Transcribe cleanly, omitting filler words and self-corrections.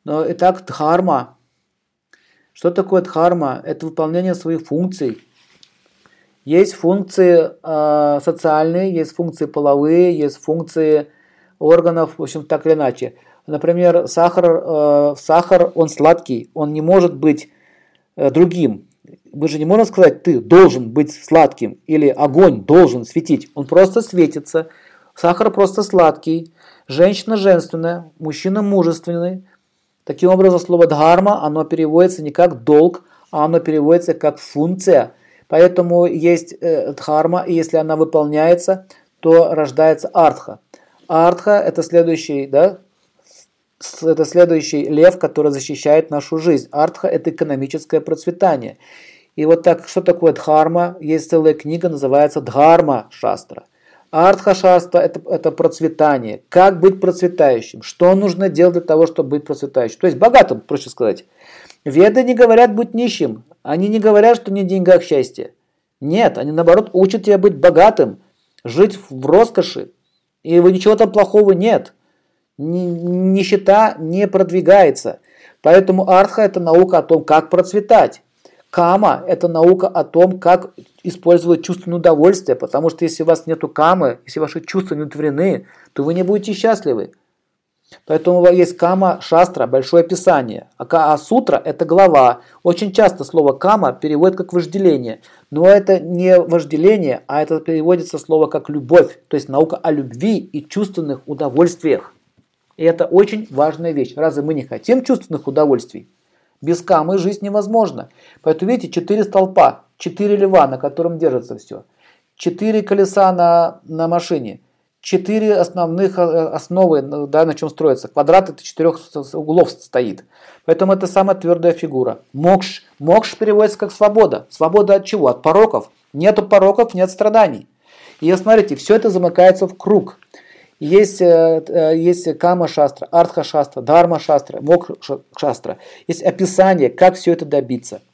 Но итак, дхарма. Что такое дхарма? Это выполнение своих функций. Есть функции социальные, есть функции половые, есть функции органов, в общем, так или иначе. Например, сахар, он сладкий, он не может быть другим. Мы же не можем сказать, ты должен быть сладким, или огонь должен светить. Он просто светится. Сахар просто сладкий. Женщина женственная, мужчина мужественный. Таким образом, слово дхарма, оно переводится не как долг, а оно переводится как функция. Поэтому есть дхарма, и если она выполняется, то рождается артха. Артха – это следующий лев, который защищает нашу жизнь. Артха – это экономическое процветание. И вот так, что такое дхарма? Есть целая книга, называется Дхарма Шастра. Артха Шастра – это процветание. Как быть процветающим? Что нужно делать для того, чтобы быть процветающим? То есть богатым, проще сказать. Веды не говорят быть нищим. Они не говорят, что не в деньгах счастье. Нет, они наоборот учат тебя быть богатым, жить в роскоши. И ничего там плохого нет. Нищета не продвигается. Поэтому артха – это наука о том, как процветать. Кама – это наука о том, как использовать чувственное удовольствие. Потому что если у вас нету камы, если ваши чувства не удовлетворены, то вы не будете счастливы. Поэтому есть кама шастра, большое писание. А сутра – это глава. Очень часто слово кама переводят как вожделение. Но это не вожделение, а это переводится слово как любовь. То есть наука о любви и чувственных удовольствиях. И это очень важная вещь. Разве мы не хотим чувственных удовольствий? Без камы жить невозможно. Поэтому видите, 4 столпа, 4 льва, на котором держится все. 4 колеса на машине. 4 основных основы, да, на чем строится. Квадрат это 4 углов стоит. Поэтому это самая твердая фигура. Мокш. Мокш переводится как свобода. Свобода от чего? От пороков. Нету пороков, нет страданий. И смотрите, все это замыкается в круг. Есть кама шастра, артха шастра, дхарма шастра, мокша шастра. Есть описание, как все это добиться.